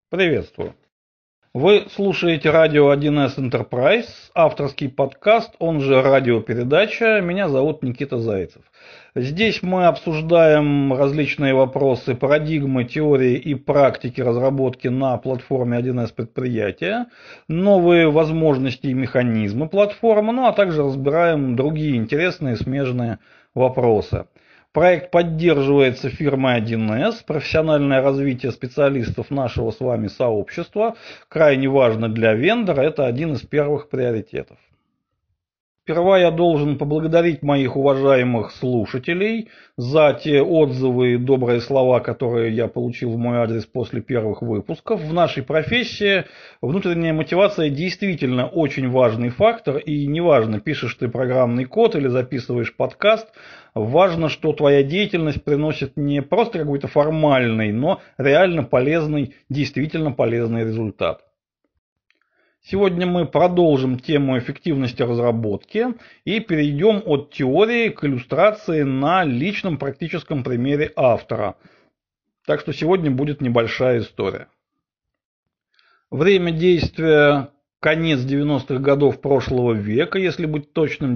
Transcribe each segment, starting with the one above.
Приветствую. Вы слушаете радио 1С Enterprise, авторский подкаст, он же радиопередача. Меня зовут Никита Зайцев. Здесь мы обсуждаем различные вопросы парадигмы, теории и практики разработки на платформе 1С предприятия, новые возможности и механизмы платформы, а также разбираем другие интересные смежные вопросы. Проект поддерживается фирмой 1С. Профессиональное развитие специалистов нашего с вами сообщества крайне важно для вендора. Это один из первых приоритетов. Сперва я должен поблагодарить моих уважаемых слушателей за те отзывы и добрые слова, которые я получил в мой адрес после первых выпусков. В нашей профессии внутренняя мотивация действительно очень важный фактор, и неважно, пишешь ты программный код или записываешь подкаст, важно, что твоя деятельность приносит не просто какой-то формальный, но реально полезный, действительно полезный результат. Сегодня мы продолжим тему эффективности разработки и перейдем от теории к иллюстрации на личном практическом примере автора. Так что сегодня будет небольшая история. Время действия конец 90-х годов прошлого века, если быть точным,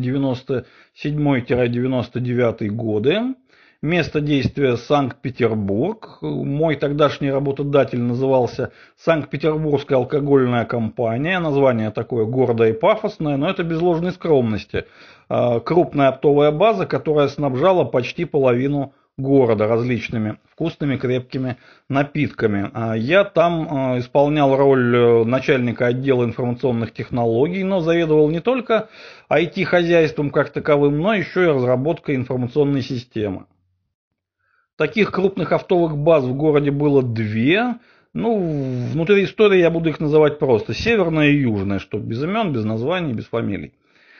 97-99 годы. Место действия Санкт-Петербург. Мой тогдашний работодатель назывался Санкт-Петербургская алкогольная компания. Название такое гордое и пафосное, но это без ложной скромности. Крупная оптовая база, которая снабжала почти половину города различными вкусными крепкими напитками. Я там исполнял роль начальника отдела информационных технологий, но заведовал не только IT-хозяйством как таковым, но еще и разработкой информационной системы. Таких крупных оптовых баз в городе было две. Внутри истории я буду их называть просто. Северная и южная, что без имен, без названий, без фамилий.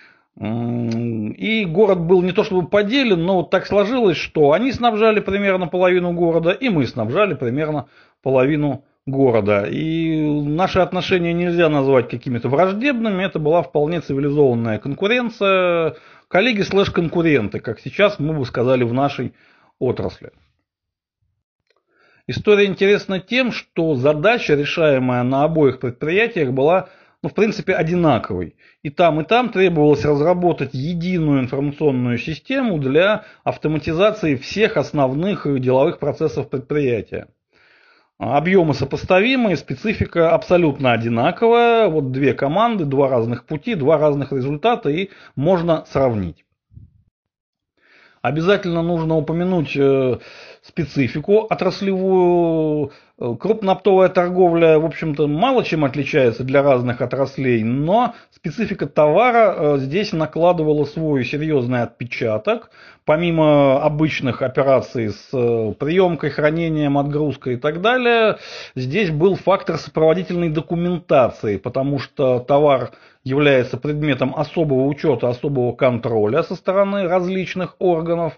И город был не то чтобы поделен, но вот так сложилось, что они снабжали примерно половину города, и мы снабжали примерно половину города. И наши отношения нельзя назвать какими-то враждебными, это была вполне цивилизованная конкуренция, коллеги / конкуренты, как сейчас мы бы сказали в нашей отрасли. История интересна тем, что задача, решаемая на обоих предприятиях, была, в принципе, одинаковой. И там требовалось разработать единую информационную систему для автоматизации всех основных деловых процессов предприятия. Объемы сопоставимые, специфика абсолютно одинаковая. Вот две команды, два разных пути, два разных результата, и можно сравнить. Обязательно нужно упомянуть специфику отраслевую. Крупнооптовая торговля, в общем-то, мало чем отличается для разных отраслей, но специфика товара здесь накладывала свой серьезный отпечаток. Помимо обычных операций с приемкой, хранением, отгрузкой и так далее, здесь был фактор сопроводительной документации, потому что товар является предметом особого учета, особого контроля со стороны различных органов.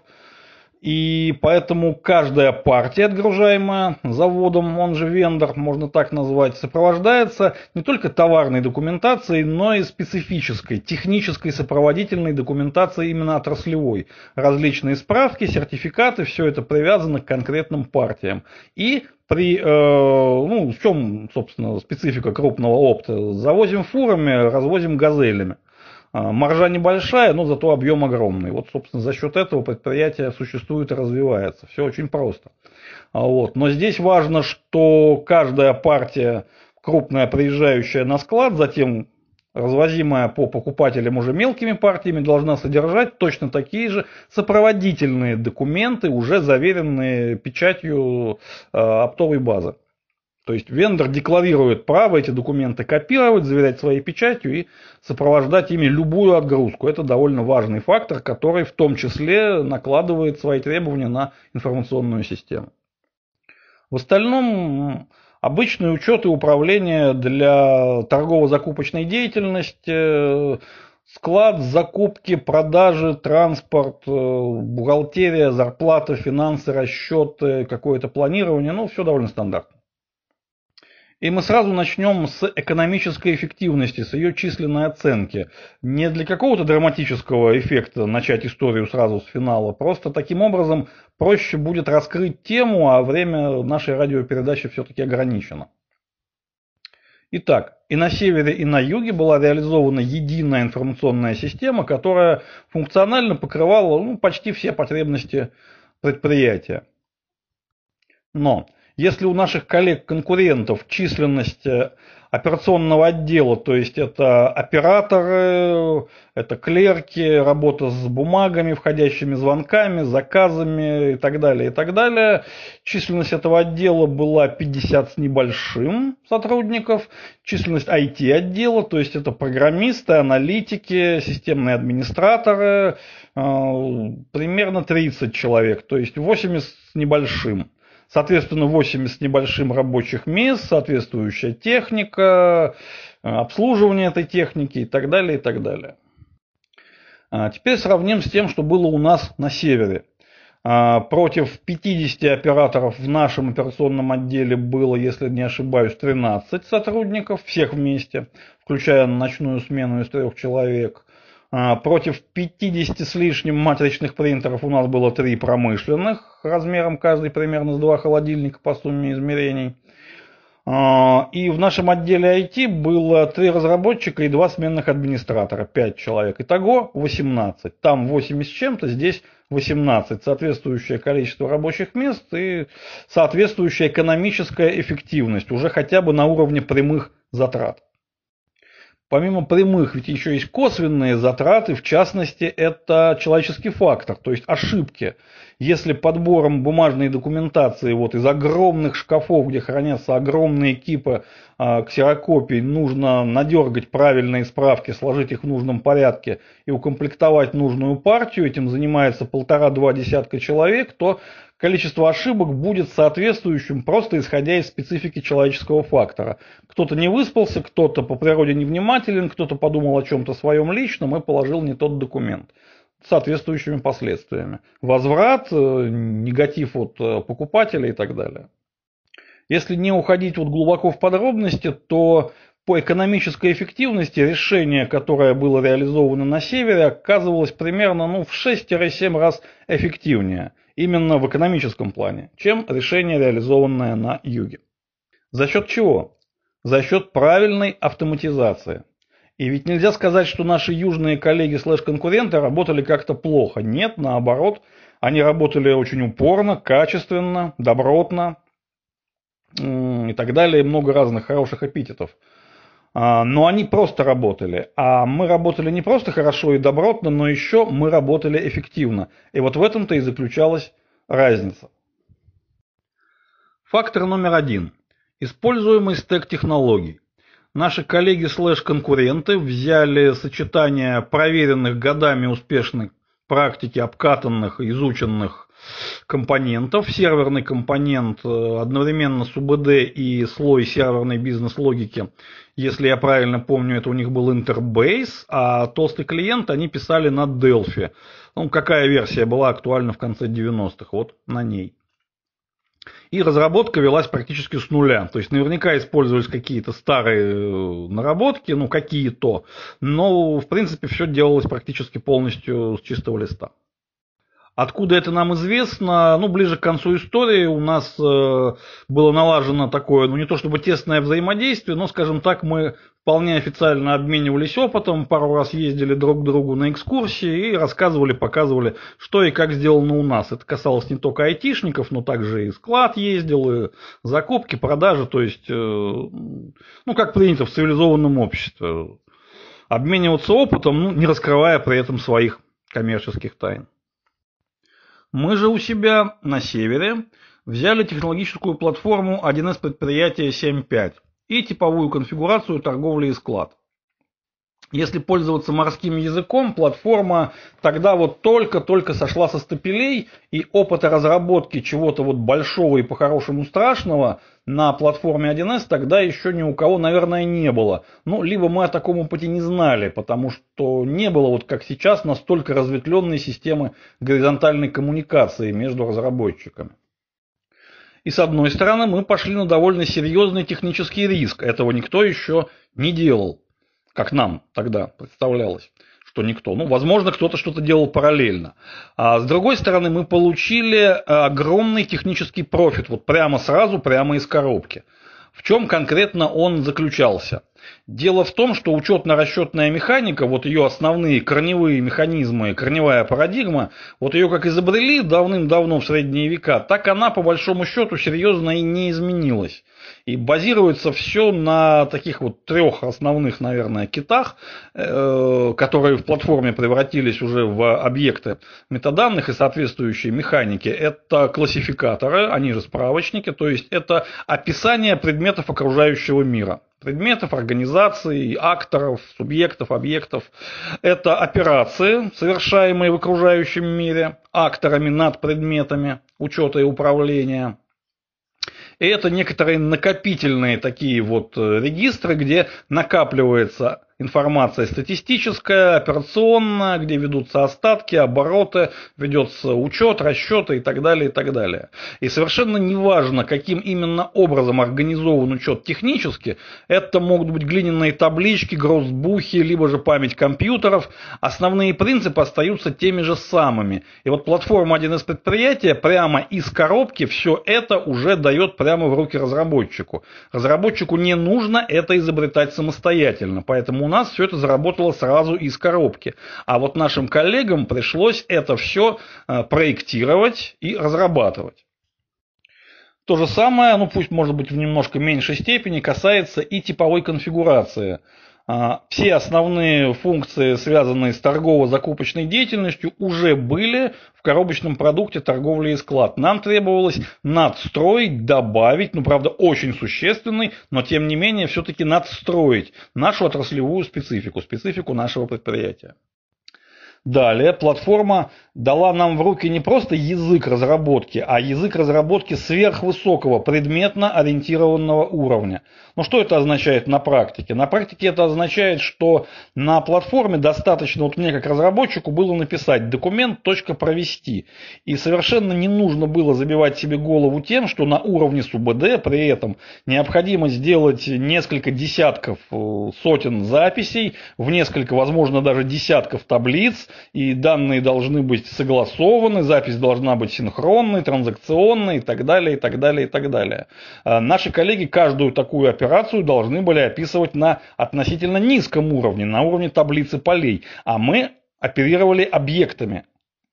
И поэтому каждая партия, отгружаемая заводом, он же вендор, можно так назвать, сопровождается не только товарной документацией, но и специфической, технической сопроводительной документацией именно отраслевой. Различные справки, сертификаты, все это привязано к конкретным партиям. И в чем, собственно, специфика крупного опта? Завозим фурами, развозим газелями. Маржа небольшая, но зато объем огромный. Вот, собственно, за счет этого предприятие существует и развивается. Все очень просто. Но здесь важно, что каждая партия крупная, приезжающая на склад, затем развозимая по покупателям уже мелкими партиями, должна содержать точно такие же сопроводительные документы, уже заверенные печатью оптовой базы. То есть вендор декларирует право эти документы копировать, заверять своей печатью и сопровождать ими любую отгрузку. Это довольно важный фактор, который в том числе накладывает свои требования на информационную систему. В остальном обычный учет и управление для торгово-закупочной деятельности, склад, закупки, продажи, транспорт, бухгалтерия, зарплата, финансы, расчеты, какое-то планирование, все довольно стандартно. И мы сразу начнем с экономической эффективности, с ее численной оценки. Не для какого-то драматического эффекта начать историю сразу с финала, просто таким образом проще будет раскрыть тему, а время нашей радиопередачи все-таки ограничено. Итак, и на севере, и на юге была реализована единая информационная система, которая функционально покрывала почти все потребности предприятия. Но если у наших коллег-конкурентов численность операционного отдела, то есть это операторы, это клерки, работа с бумагами, входящими звонками, заказами и так далее, численность этого отдела была 50 с небольшим сотрудников, численность IT-отдела, то есть это программисты, аналитики, системные администраторы, примерно 30 человек, то есть 80 с небольшим. Соответственно, 80 с небольшим рабочих мест, соответствующая техника, обслуживание этой техники и так далее, и так далее. Теперь сравним с тем, что было у нас на севере. Против 50 операторов в нашем операционном отделе было, если не ошибаюсь, 13 сотрудников, всех вместе, включая ночную смену из 3 человек. Против 50 с лишним матричных принтеров у нас было 3 промышленных, размером каждый примерно с 2 холодильника по сумме измерений. И в нашем отделе IT было 3 разработчика и 2 сменных администратора, 5 человек. Итого 18. Там 8 с чем-то, здесь 18. Соответствующее количество рабочих мест и соответствующая экономическая эффективность, уже хотя бы на уровне прямых затрат. Помимо прямых, ведь еще есть косвенные затраты, в частности, это человеческий фактор, то есть ошибки. Если подбором бумажной документации из огромных шкафов, где хранятся огромные кипы ксерокопий, нужно надергать правильные справки, сложить их в нужном порядке и укомплектовать нужную партию, этим занимается 1,5-2 десятка человек, то количество ошибок будет соответствующим, просто исходя из специфики человеческого фактора. Кто-то не выспался, кто-то по природе невнимателен, кто-то подумал о чем-то своем личном и положил не тот документ. С соответствующими последствиями. Возврат, негатив от покупателя и так далее. Если не уходить глубоко в подробности, то по экономической эффективности решение, которое было реализовано на севере, оказывалось примерно в 6-7 раз эффективнее. Именно в экономическом плане, чем решение, реализованное на юге. За счет чего? За счет правильной автоматизации. И ведь нельзя сказать, что наши южные коллеги/конкуренты работали как-то плохо. Нет, наоборот, они работали очень упорно, качественно, добротно и так далее. Много разных хороших эпитетов. Но они просто работали. А мы работали не просто хорошо и добротно, но еще мы работали эффективно. И вот в этом-то и заключалась разница. Фактор номер 1. Используемый стек технологий. Наши коллеги/конкуренты взяли сочетание проверенных годами успешной практики, обкатанных, изученных компонентов, серверный компонент одновременно с УБД и слой серверной бизнес-логики. Если я правильно помню, это у них был Interbase, а толстый клиент они писали на Delphi. Какая версия была актуальна в конце 90-х? На ней. И разработка велась практически с нуля. То есть наверняка использовались какие-то старые наработки, какие-то, но в принципе все делалось практически полностью с чистого листа. Откуда это нам известно? Ближе к концу истории у нас было налажено такое, не то чтобы тесное взаимодействие, но, скажем так, мы вполне официально обменивались опытом, пару раз ездили друг к другу на экскурсии и рассказывали, показывали, что и как сделано у нас. Это касалось не только айтишников, но также и склад ездил, и закупки, продажи, то есть, как принято в цивилизованном обществе. Обмениваться опытом, не раскрывая при этом своих коммерческих тайн. Мы же у себя на севере взяли технологическую платформу 1С предприятия 7.5 и типовую конфигурацию торговли и склад. Если пользоваться морским языком, платформа тогда только-только сошла со стапелей, и опыта разработки чего-то большого и по-хорошему страшного на платформе 1С тогда еще ни у кого, наверное, не было. Либо мы о таком опыте не знали, потому что не было, как сейчас, настолько разветвленной системы горизонтальной коммуникации между разработчиками. И с одной стороны, мы пошли на довольно серьезный технический риск. Этого никто еще не делал. Как нам тогда представлялось, что никто. Возможно, кто-то что-то делал параллельно. А с другой стороны, мы получили огромный технический профит. Прямо сразу, прямо из коробки. В чем конкретно он заключался? Дело в том, что учетно-расчетная механика, вот ее основные корневые механизмы, корневая парадигма, вот ее как изобрели давным-давно в средние века, так она по большому счету серьезно и не изменилась. И базируется все на таких вот трех основных, наверное, китах, которые в платформе превратились уже в объекты метаданных и соответствующие механики. Это классификаторы, они же справочники, то есть это описание предметов окружающего мира. Предметов, организаций, акторов, субъектов, объектов. Это операции, совершаемые в окружающем мире акторами над предметами учета и управления. И это некоторые накопительные такие вот регистры, где накапливается информация статистическая, операционная, где ведутся остатки, обороты, ведется учет, расчеты и так далее, и так далее. И совершенно неважно, каким именно образом организован учет технически, это могут быть глиняные таблички, гроссбухи, либо же память компьютеров, основные принципы остаются теми же самыми. И вот платформа 1С предприятия прямо из коробки все это уже дает прямо в руки разработчику. Разработчику не нужно это изобретать самостоятельно, поэтому у нас все это заработало сразу из коробки. А вот нашим коллегам пришлось это все проектировать и разрабатывать. То же самое, ну пусть может быть в немножко меньшей степени, касается и типовой конфигурации. Все основные функции, связанные с торгово-закупочной деятельностью, уже были в коробочном продукте торговли и склад. Нам требовалось надстроить, добавить, ну правда очень существенный, но тем не менее все-таки надстроить нашу отраслевую специфику нашего предприятия. Далее платформа дала нам в руки не просто язык разработки, а язык разработки сверхвысокого предметно ориентированного уровня. Но что это означает на практике? На практике это означает, что на платформе достаточно, вот мне как разработчику было написать документ .провести. И совершенно не нужно было забивать себе голову тем, что на уровне СУБД при этом необходимо сделать несколько десятков, сотен записей, в несколько, возможно, даже десятков таблиц, и данные должны быть согласованы, запись должна быть синхронной, транзакционной и так далее, и так далее, и так далее. Наши коллеги каждую такую операцию должны были описывать на относительно низком уровне, на уровне таблицы полей, а мы оперировали объектами.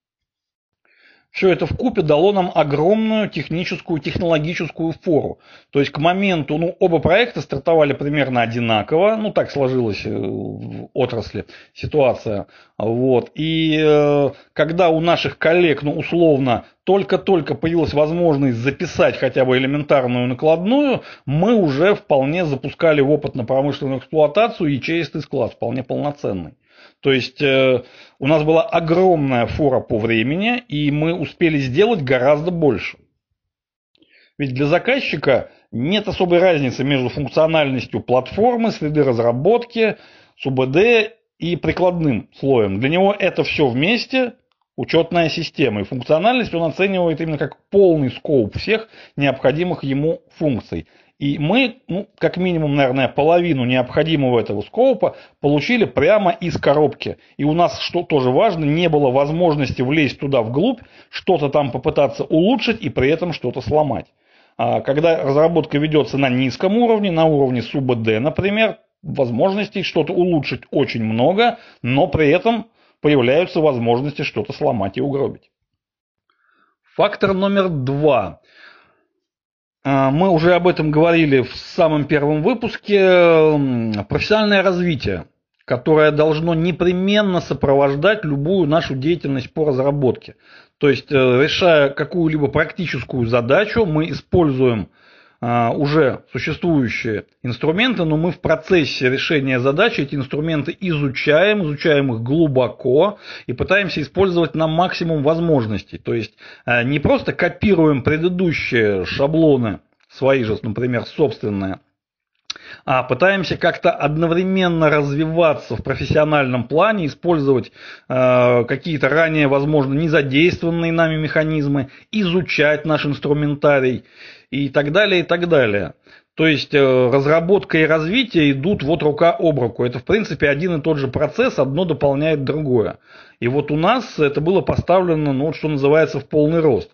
Все это вкупе дало нам огромную техническую, технологическую фору. То есть к моменту, оба проекта стартовали примерно одинаково, так сложилась в отрасли ситуация. Вот. И когда у наших коллег, условно, только-только появилась возможность записать хотя бы элементарную накладную, мы уже вполне запускали в опытно-промышленную эксплуатацию ячеистый склад, вполне полноценный. То есть у нас была огромная фора по времени, и мы успели сделать гораздо больше. Ведь для заказчика нет особой разницы между функциональностью платформы, среды разработки, СУБД и прикладным слоем. Для него это все вместе учетная система. И функциональность он оценивает именно как полный скоуп всех необходимых ему функций. И мы, как минимум, наверное, половину необходимого этого скоупа получили прямо из коробки. И у нас, что тоже важно, не было возможности влезть туда вглубь, что-то там попытаться улучшить и при этом что-то сломать. Когда разработка ведется на низком уровне, на уровне СУБД, например, возможностей что-то улучшить очень много, но при этом появляются возможности что-то сломать и угробить. Фактор номер 2. Мы уже об этом говорили в самом первом выпуске. Профессиональное развитие, которое должно непременно сопровождать любую нашу деятельность по разработке. То есть, решая какую-либо практическую задачу, мы используем уже существующие инструменты, но мы в процессе решения задачи эти инструменты изучаем их глубоко и пытаемся использовать на максимум возможностей. То есть не просто копируем предыдущие шаблоны, свои же, например, собственные, а пытаемся как-то одновременно развиваться в профессиональном плане, использовать какие-то ранее, возможно, незадействованные нами механизмы, изучать наш инструментарий и так далее, и так далее. То есть разработка и развитие идут вот рука об руку. Это в принципе один и тот же процесс, одно дополняет другое. И вот у нас это было поставлено, что называется, в полный рост.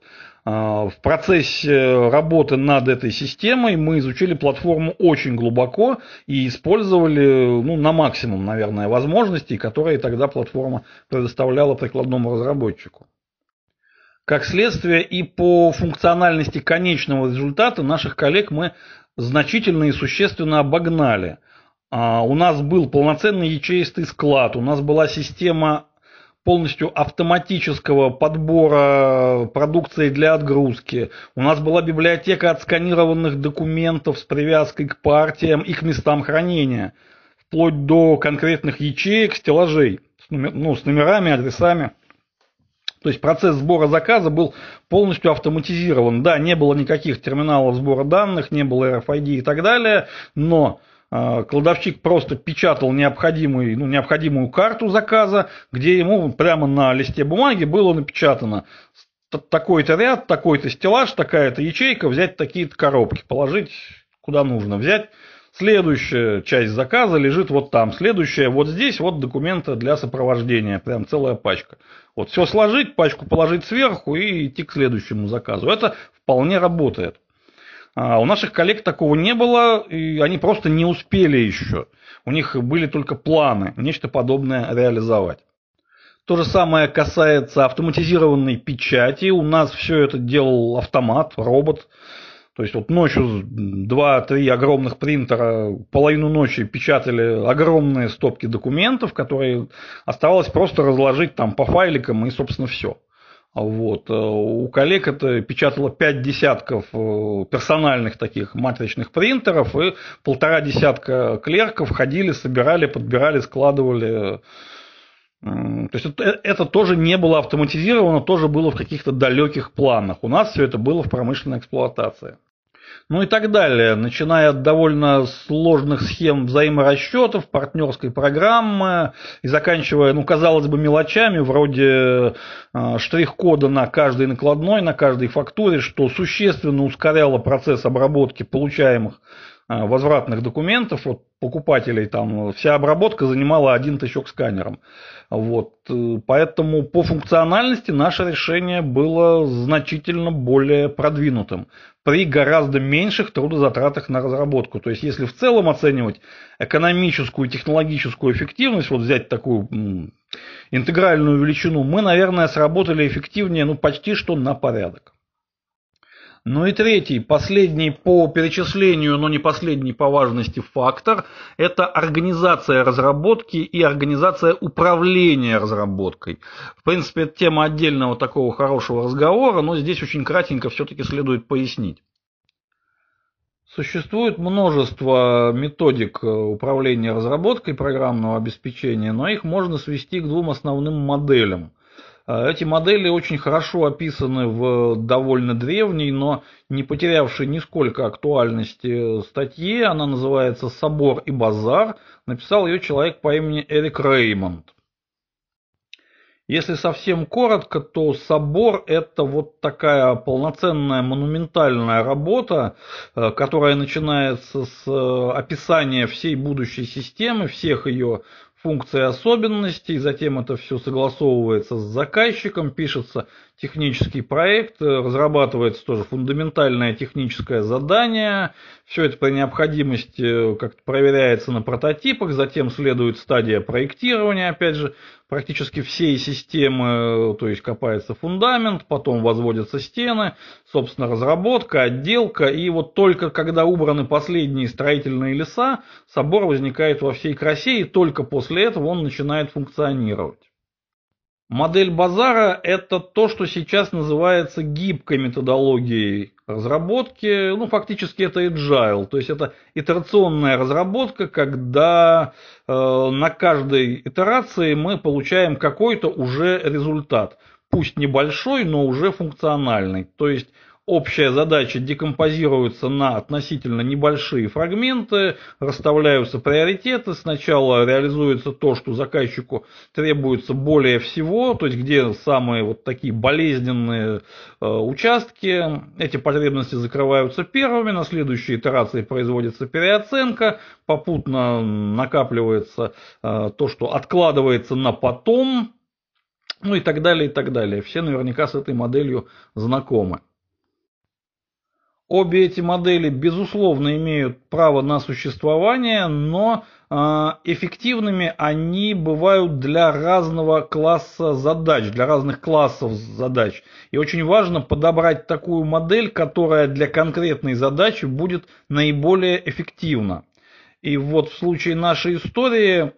В процессе работы над этой системой мы изучили платформу очень глубоко и использовали на максимум, наверное, возможностей, которые тогда платформа предоставляла прикладному разработчику. Как следствие и по функциональности конечного результата наших коллег мы значительно и существенно обогнали. У нас был полноценный ячеистый склад, у нас была система полностью автоматического подбора продукции для отгрузки. У нас была библиотека отсканированных документов с привязкой к партиям и к местам хранения, вплоть до конкретных ячеек, стеллажей, с номерами, адресами. То есть процесс сбора заказа был полностью автоматизирован. Да, не было никаких терминалов сбора данных, не было RFID и так далее, но кладовщик просто печатал необходимую карту заказа, где ему прямо на листе бумаги было напечатано такой-то ряд, такой-то стеллаж, такая-то ячейка, взять такие-то коробки, положить куда нужно, взять. Следующая часть заказа лежит вот там, следующая вот здесь, вот документы для сопровождения, прям целая пачка. Вот все сложить, пачку положить сверху и идти к следующему заказу. Это вполне работает. У наших коллег такого не было, и они просто не успели еще. У них были только планы нечто подобное реализовать. То же самое касается автоматизированной печати. У нас все это делал автомат, робот. То есть вот ночью 2-3 огромных принтера половину ночи печатали огромные стопки документов, которые оставалось просто разложить там по файликам и, собственно, все. Вот. У коллег это печатало 5 десятков персональных таких матричных принтеров, и 1,5 десятка клерков ходили, собирали, подбирали, складывали. То есть это тоже не было автоматизировано, тоже было в каких-то далеких планах. У нас все это было в промышленной эксплуатации. Ну и так далее, начиная от довольно сложных схем взаиморасчетов, партнерской программы и заканчивая, казалось бы, мелочами вроде штрих-кода на каждой накладной, на каждой фактуре, что существенно ускоряло процесс обработки получаемых возвратных документов от покупателей. Там вся обработка занимала один тычок сканером. Вот. Поэтому по функциональности наше решение было значительно более продвинутым при гораздо меньших трудозатратах на разработку. То есть, если в целом оценивать экономическую и технологическую эффективность, вот взять такую интегральную величину, мы, наверное, сработали эффективнее почти что на порядок. Ну и третий, последний по перечислению, но не последний по важности фактор – это организация разработки и организация управления разработкой. В принципе, это тема отдельного такого хорошего разговора, но здесь очень кратенько все-таки следует пояснить. Существует множество методик управления разработкой программного обеспечения, но их можно свести к двум основным моделям. Эти модели очень хорошо описаны в довольно древней, но не потерявшей нисколько актуальности статье. Она называется «Собор и базар». Написал ее человек по имени Эрик Реймонд. Если совсем коротко, то собор – это вот такая полноценная монументальная работа, которая начинается с описания всей будущей системы, всех ее функций и особенностей, затем это все согласовывается с заказчиком, пишется технический проект, разрабатывается тоже фундаментальное техническое задание, все это при необходимости как-то проверяется на прототипах, затем следует стадия проектирования, опять же, практически всей системы, то есть копается фундамент, потом возводятся стены, собственно, разработка, отделка, и вот только когда убраны последние строительные леса, собор возникает во всей красе, и только после этого он начинает функционировать. Модель базара – это то, что сейчас называется гибкой методологией разработки, фактически это agile, то есть это итерационная разработка, когда на каждой итерации мы получаем какой-то уже результат, пусть небольшой, но уже функциональный, то есть общая задача декомпозируется на относительно небольшие фрагменты, расставляются приоритеты, сначала реализуется то, что заказчику требуется более всего, то есть где самые вот такие болезненные участки, эти потребности закрываются первыми, на следующей итерации производится переоценка, попутно накапливается то, что откладывается на потом, и так далее, и так далее. Все наверняка с этой моделью знакомы. Обе эти модели, безусловно, имеют право на существование, но эффективными они бывают для разного класса задач, для разных классов задач. И очень важно подобрать такую модель, которая для конкретной задачи будет наиболее эффективна. И вот в случае нашей истории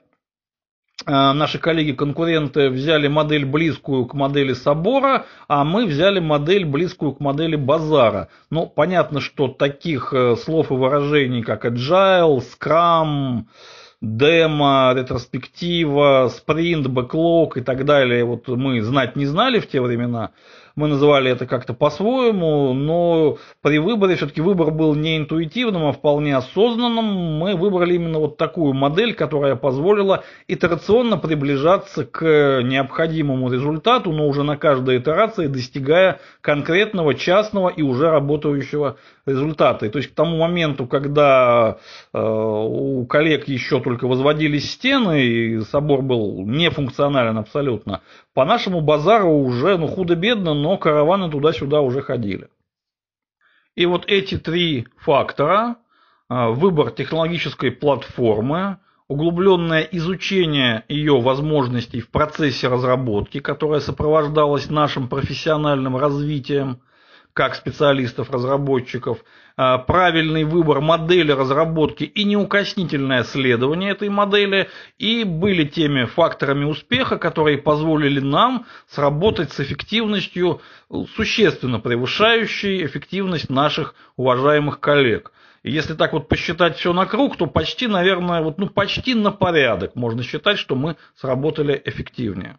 наши коллеги-конкуренты взяли модель, близкую к модели Собора, а мы взяли модель, близкую к модели Базара. Но понятно, что таких слов и выражений, как agile, scrum, демо, ретроспектива, спринт, бэклог и так далее, вот мы знать не знали в те времена. Мы называли это как-то по-своему, но при выборе все-таки выбор был не интуитивным, а вполне осознанным. Мы выбрали именно вот такую модель, которая позволила итерационно приближаться к необходимому результату, но уже на каждой итерации достигая конкретного, частного и уже работающего результата. И то есть к тому моменту, когда у коллег еще только возводились стены, и собор был нефункционален абсолютно, по нашему базару уже, худо-бедно, но караваны туда-сюда уже ходили. И вот эти три фактора, выбор технологической платформы, углубленное изучение ее возможностей в процессе разработки, которое сопровождалось нашим профессиональным развитием, как специалистов-разработчиков, правильный выбор модели разработки и неукоснительное следование этой модели и были теми факторами успеха, которые позволили нам сработать с эффективностью, существенно превышающей эффективность наших уважаемых коллег. И если так вот посчитать все на круг, то почти, наверное, почти на порядок можно считать, что мы сработали эффективнее.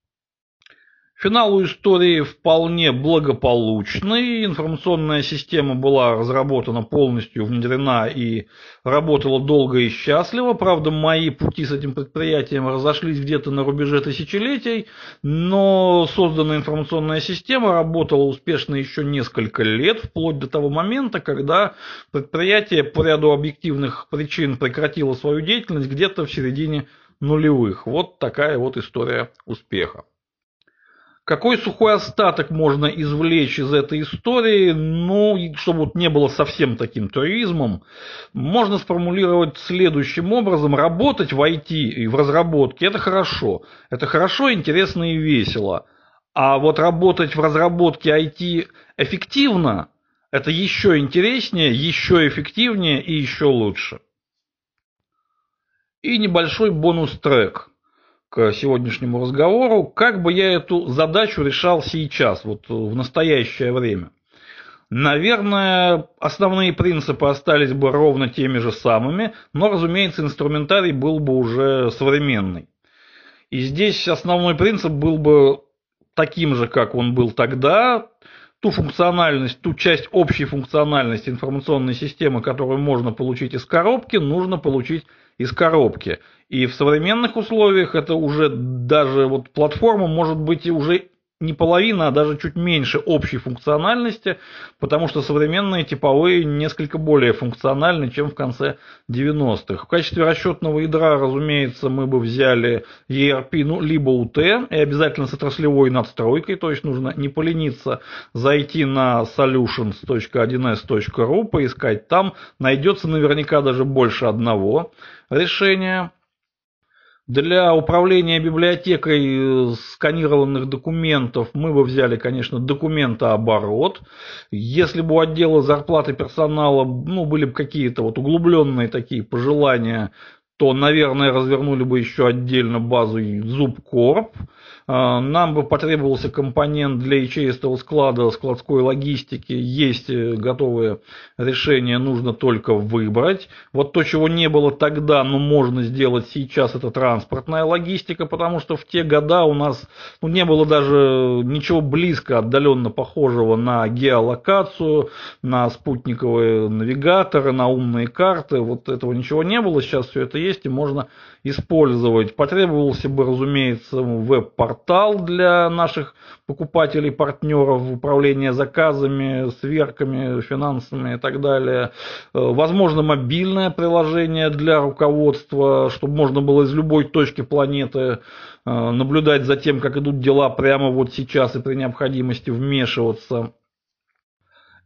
Финал у истории вполне благополучный. Информационная система была разработана полностью, внедрена и работала долго и счастливо. Правда, мои пути с этим предприятием разошлись где-то на рубеже тысячелетий, но созданная информационная система работала успешно еще несколько лет, вплоть до того момента, когда предприятие по ряду объективных причин прекратило свою деятельность где-то в середине нулевых. Вот такая вот история успеха. Какой сухой остаток можно извлечь из этой истории, чтобы не было совсем таким туризмом, можно сформулировать следующим образом. Работать в IT и в разработке – это хорошо. Это хорошо, интересно и весело. А вот работать в разработке IT эффективно – это еще интереснее, еще эффективнее и еще лучше. И небольшой бонус-трек к сегодняшнему разговору, как бы я эту задачу решал сейчас, вот в настоящее время. Наверное, основные принципы остались бы ровно теми же самыми, но, разумеется, инструментарий был бы уже современный. И здесь основной принцип был бы таким же, как он был тогда. Ту функциональность, ту часть общей функциональности информационной системы, которую можно получить из коробки, нужно получить из коробки. И в современных условиях это уже даже платформа может быть и уже не половина, а даже чуть меньше общей функциональности, потому что современные типовые несколько более функциональны, чем в конце 90-х. В качестве расчетного ядра, разумеется, мы бы взяли ERP, либо UT, и обязательно с отраслевой надстройкой, то есть нужно не полениться, зайти на solutions.1s.ru, поискать там, найдется наверняка даже больше одного решения. Для управления библиотекой сканированных документов мы бы взяли, конечно, документооборот. Если бы у отдела зарплаты персонала были бы какие-то углубленные такие пожелания, то, наверное, развернули бы еще отдельно базу Zubcorp. Нам бы потребовался компонент для ячеистого склада, складской логистики. Есть готовые решения, нужно только выбрать. Вот то, чего не было тогда, но можно сделать сейчас, это транспортная логистика, потому что в те года у нас не было даже ничего близко отдаленно похожего на геолокацию, на спутниковые навигаторы, на умные карты. Вот этого ничего не было, сейчас все это есть и можно использовать. Потребовался бы, разумеется, веб-портал для наших покупателей, партнеров, управления заказами, сверками, финансами и так далее. Возможно, мобильное приложение для руководства, чтобы можно было из любой точки планеты наблюдать за тем, как идут дела прямо вот сейчас и при необходимости вмешиваться.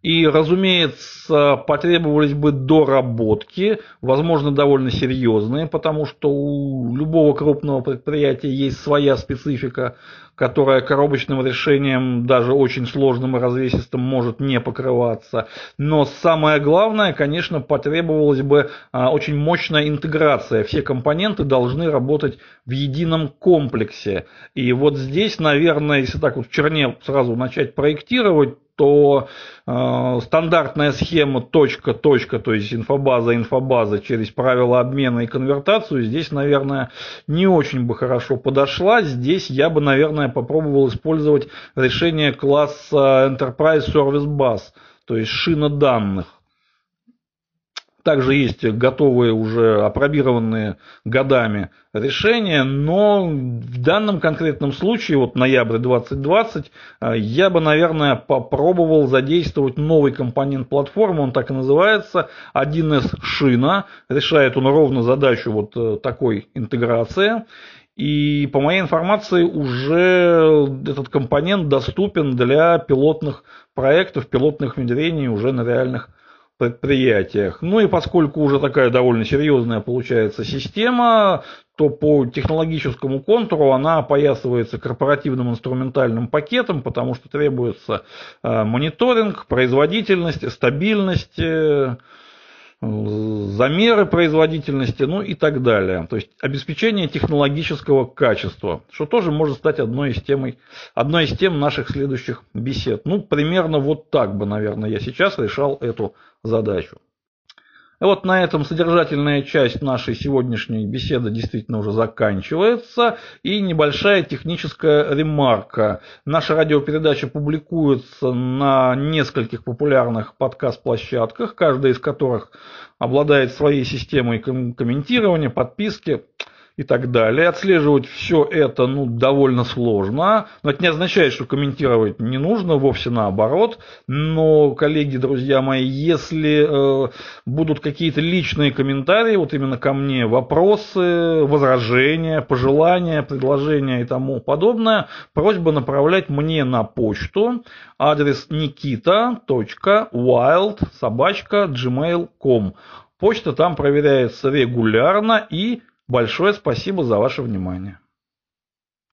И, разумеется, потребовались бы доработки, возможно, довольно серьезные, потому что у любого крупного предприятия есть своя специфика, которая коробочным решением, даже очень сложным и развесистым, может не покрываться. Но самое главное, конечно, потребовалась бы очень мощная интеграция. Все компоненты должны работать в едином комплексе. И вот здесь, наверное, если так вот в черне сразу начать проектировать, то стандартная схема точка-точка, то есть инфобаза через правила обмена и конвертацию, здесь, наверное, не очень бы хорошо подошла. Здесь я бы, наверное, попробовал использовать решение класса Enterprise Service Bus, то есть шина данных. Также есть готовые уже апробированные годами решения, но в данном конкретном случае, вот ноябрь 2020, я бы, наверное, попробовал задействовать новый компонент платформы, он так и называется, 1С шина, решает он ровно задачу вот такой интеграции. И по моей информации уже этот компонент доступен для пилотных проектов, пилотных внедрений уже на реальных предприятиях. Ну и поскольку уже такая довольно серьезная получается система, то по технологическому контуру она опоясывается корпоративным инструментальным пакетом, потому что требуется мониторинг, производительность, стабильность, замеры производительности, ну и так далее. То есть обеспечение технологического качества, что тоже может стать одной из тем наших следующих бесед. Ну, примерно вот так бы, наверное, я сейчас решал эту задачу. И вот на этом содержательная часть нашей сегодняшней беседы действительно уже заканчивается. И небольшая техническая ремарка. Наша радиопередача публикуется на нескольких популярных подкаст-площадках, каждая из которых обладает своей системой комментирования, подписки и так далее. Отслеживать все это довольно сложно. Но это не означает, что комментировать не нужно, вовсе наоборот. Но, коллеги, друзья мои, если будут какие-то личные комментарии, вот именно ко мне, вопросы, возражения, пожелания, предложения и тому подобное, просьба направлять мне на почту. Адрес nikita.wild@gmail.com. Почта там проверяется регулярно, и большое спасибо за ваше внимание.